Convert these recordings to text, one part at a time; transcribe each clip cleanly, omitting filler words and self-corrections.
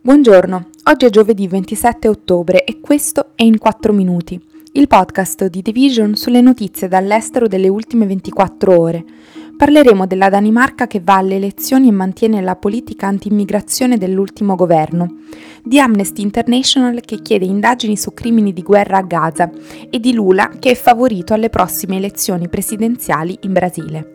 Buongiorno, oggi è giovedì 27 ottobre e questo è In 4 Minuti, il podcast di The Vision sulle notizie dall'estero delle ultime 24 ore. Parleremo della Danimarca che va alle elezioni e mantiene la politica anti-immigrazione dell'ultimo governo, di Amnesty International che chiede indagini su crimini di guerra a Gaza e di Lula che è favorito alle prossime elezioni presidenziali in Brasile.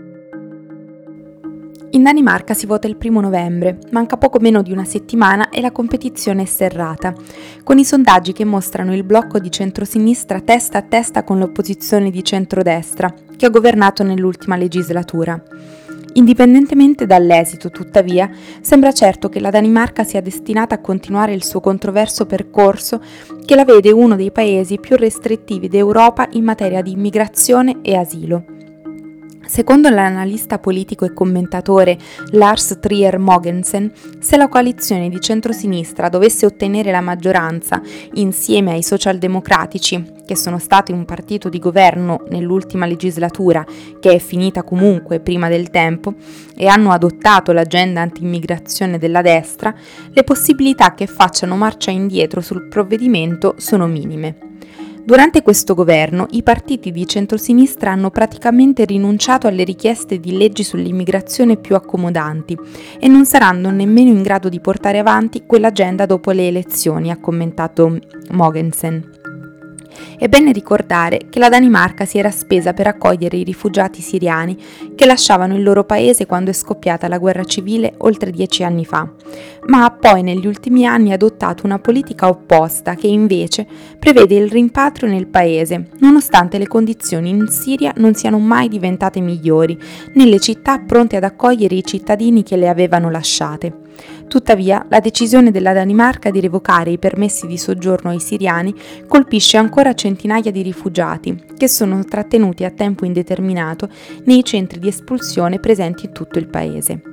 In Danimarca si vota il 1 novembre, manca poco meno di una settimana e la competizione è serrata, con i sondaggi che mostrano il blocco di centrosinistra testa a testa con l'opposizione di centrodestra, che ha governato nell'ultima legislatura. Indipendentemente dall'esito, tuttavia, sembra certo che la Danimarca sia destinata a continuare il suo controverso percorso che la vede uno dei paesi più restrittivi d'Europa in materia di immigrazione e asilo. Secondo l'analista politico e commentatore Lars Trier Mogensen, se la coalizione di centrosinistra dovesse ottenere la maggioranza insieme ai socialdemocratici, che sono stati un partito di governo nell'ultima legislatura che è finita comunque prima del tempo e hanno adottato l'agenda anti-immigrazione della destra, le possibilità che facciano marcia indietro sul provvedimento sono minime. Durante questo governo i partiti di centrosinistra hanno praticamente rinunciato alle richieste di leggi sull'immigrazione più accomodanti e non saranno nemmeno in grado di portare avanti quell'agenda dopo le elezioni, ha commentato Mogensen. È bene ricordare che la Danimarca si era spesa per accogliere i rifugiati siriani che lasciavano il loro paese quando è scoppiata la guerra civile oltre 10 anni fa, ma ha poi negli ultimi anni adottato una politica opposta che invece prevede il rimpatrio nel paese, nonostante le condizioni in Siria non siano mai diventate migliori, nelle città pronte ad accogliere i cittadini che le avevano lasciate. Tuttavia, la decisione della Danimarca di revocare i permessi di soggiorno ai siriani colpisce ancora centinaia di rifugiati che sono trattenuti a tempo indeterminato nei centri di espulsione presenti in tutto il paese.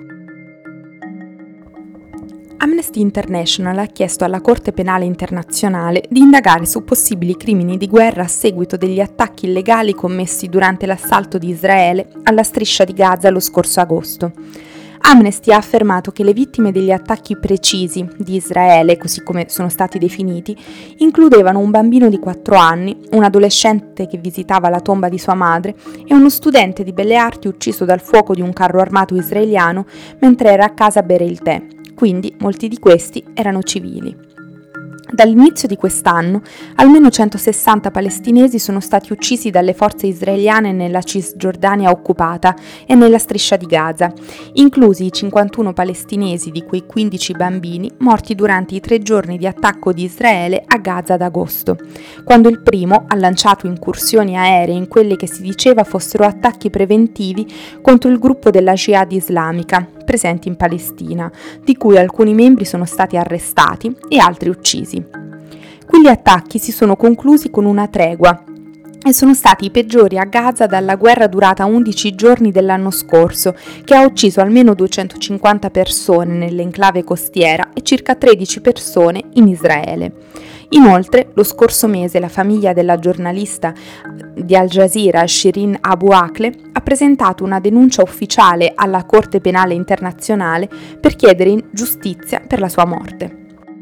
Amnesty International ha chiesto alla Corte Penale Internazionale di indagare su possibili crimini di guerra a seguito degli attacchi illegali commessi durante l'assalto di Israele alla striscia di Gaza lo scorso agosto. Amnesty ha affermato che le vittime degli attacchi precisi di Israele, così come sono stati definiti, includevano un bambino di 4 anni, un adolescente che visitava la tomba di sua madre e uno studente di belle arti ucciso dal fuoco di un carro armato israeliano mentre era a casa a bere il tè, quindi molti di questi erano civili. Dall'inizio di quest'anno, almeno 160 palestinesi sono stati uccisi dalle forze israeliane nella Cisgiordania occupata e nella striscia di Gaza, inclusi i 51 palestinesi di quei 15 bambini morti durante i 3 giorni di attacco di Israele a Gaza ad agosto, quando il primo ha lanciato incursioni aeree in quelli che si diceva fossero attacchi preventivi contro il gruppo della Jihad islamica, presenti in Palestina, di cui alcuni membri sono stati arrestati e altri uccisi. Quegli attacchi si sono conclusi con una tregua e sono stati i peggiori a Gaza dalla guerra durata 11 giorni dell'anno scorso, che ha ucciso almeno 250 persone nell'enclave costiera e circa 13 persone in Israele. Inoltre, lo scorso mese la famiglia della giornalista di Al Jazeera Shirin Abu Akleh ha presentato una denuncia ufficiale alla Corte Penale Internazionale per chiedere giustizia per la sua morte.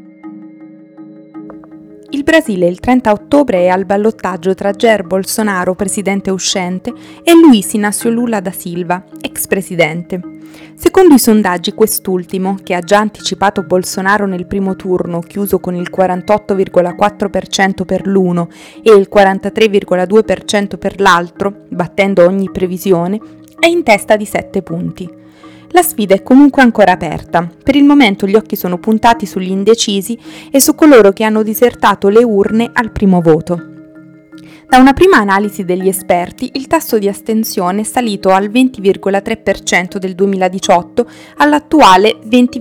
Il Brasile il 30 ottobre è al ballottaggio tra Jair Bolsonaro, presidente uscente, e Luiz Inácio Lula da Silva, ex presidente. Secondo i sondaggi quest'ultimo, che ha già anticipato Bolsonaro nel primo turno, chiuso con il 48,4% per l'uno e il 43,2% per l'altro, battendo ogni previsione, è in testa di 7 punti. La sfida è comunque ancora aperta. Per il momento gli occhi sono puntati sugli indecisi e su coloro che hanno disertato le urne al primo voto. Da una prima analisi degli esperti, il tasso di astensione è salito al 20,3% del 2018 all'attuale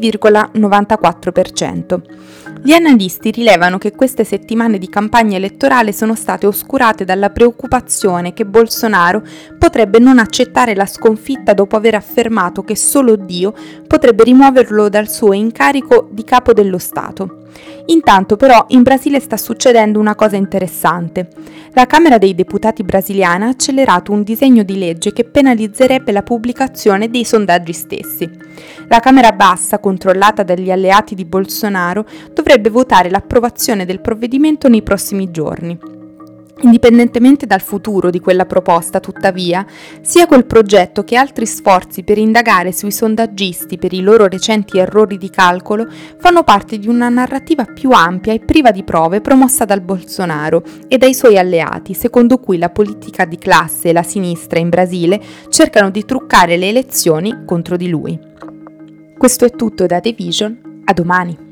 20,94%. Gli analisti rilevano che queste settimane di campagna elettorale sono state oscurate dalla preoccupazione che Bolsonaro potrebbe non accettare la sconfitta dopo aver affermato che solo Dio potrebbe rimuoverlo dal suo incarico di capo dello Stato. Intanto però in Brasile sta succedendo una cosa interessante. La Camera dei Deputati brasiliana ha accelerato un disegno di legge che penalizzerebbe la pubblicazione dei sondaggi stessi. La Camera bassa, controllata dagli alleati di Bolsonaro, dovrebbe votare l'approvazione del provvedimento nei prossimi giorni. Indipendentemente dal futuro di quella proposta, tuttavia, sia quel progetto che altri sforzi per indagare sui sondaggisti per i loro recenti errori di calcolo fanno parte di una narrativa più ampia e priva di prove promossa dal Bolsonaro e dai suoi alleati, secondo cui la politica di classe e la sinistra in Brasile cercano di truccare le elezioni contro di lui. Questo è tutto da The Vision, a domani.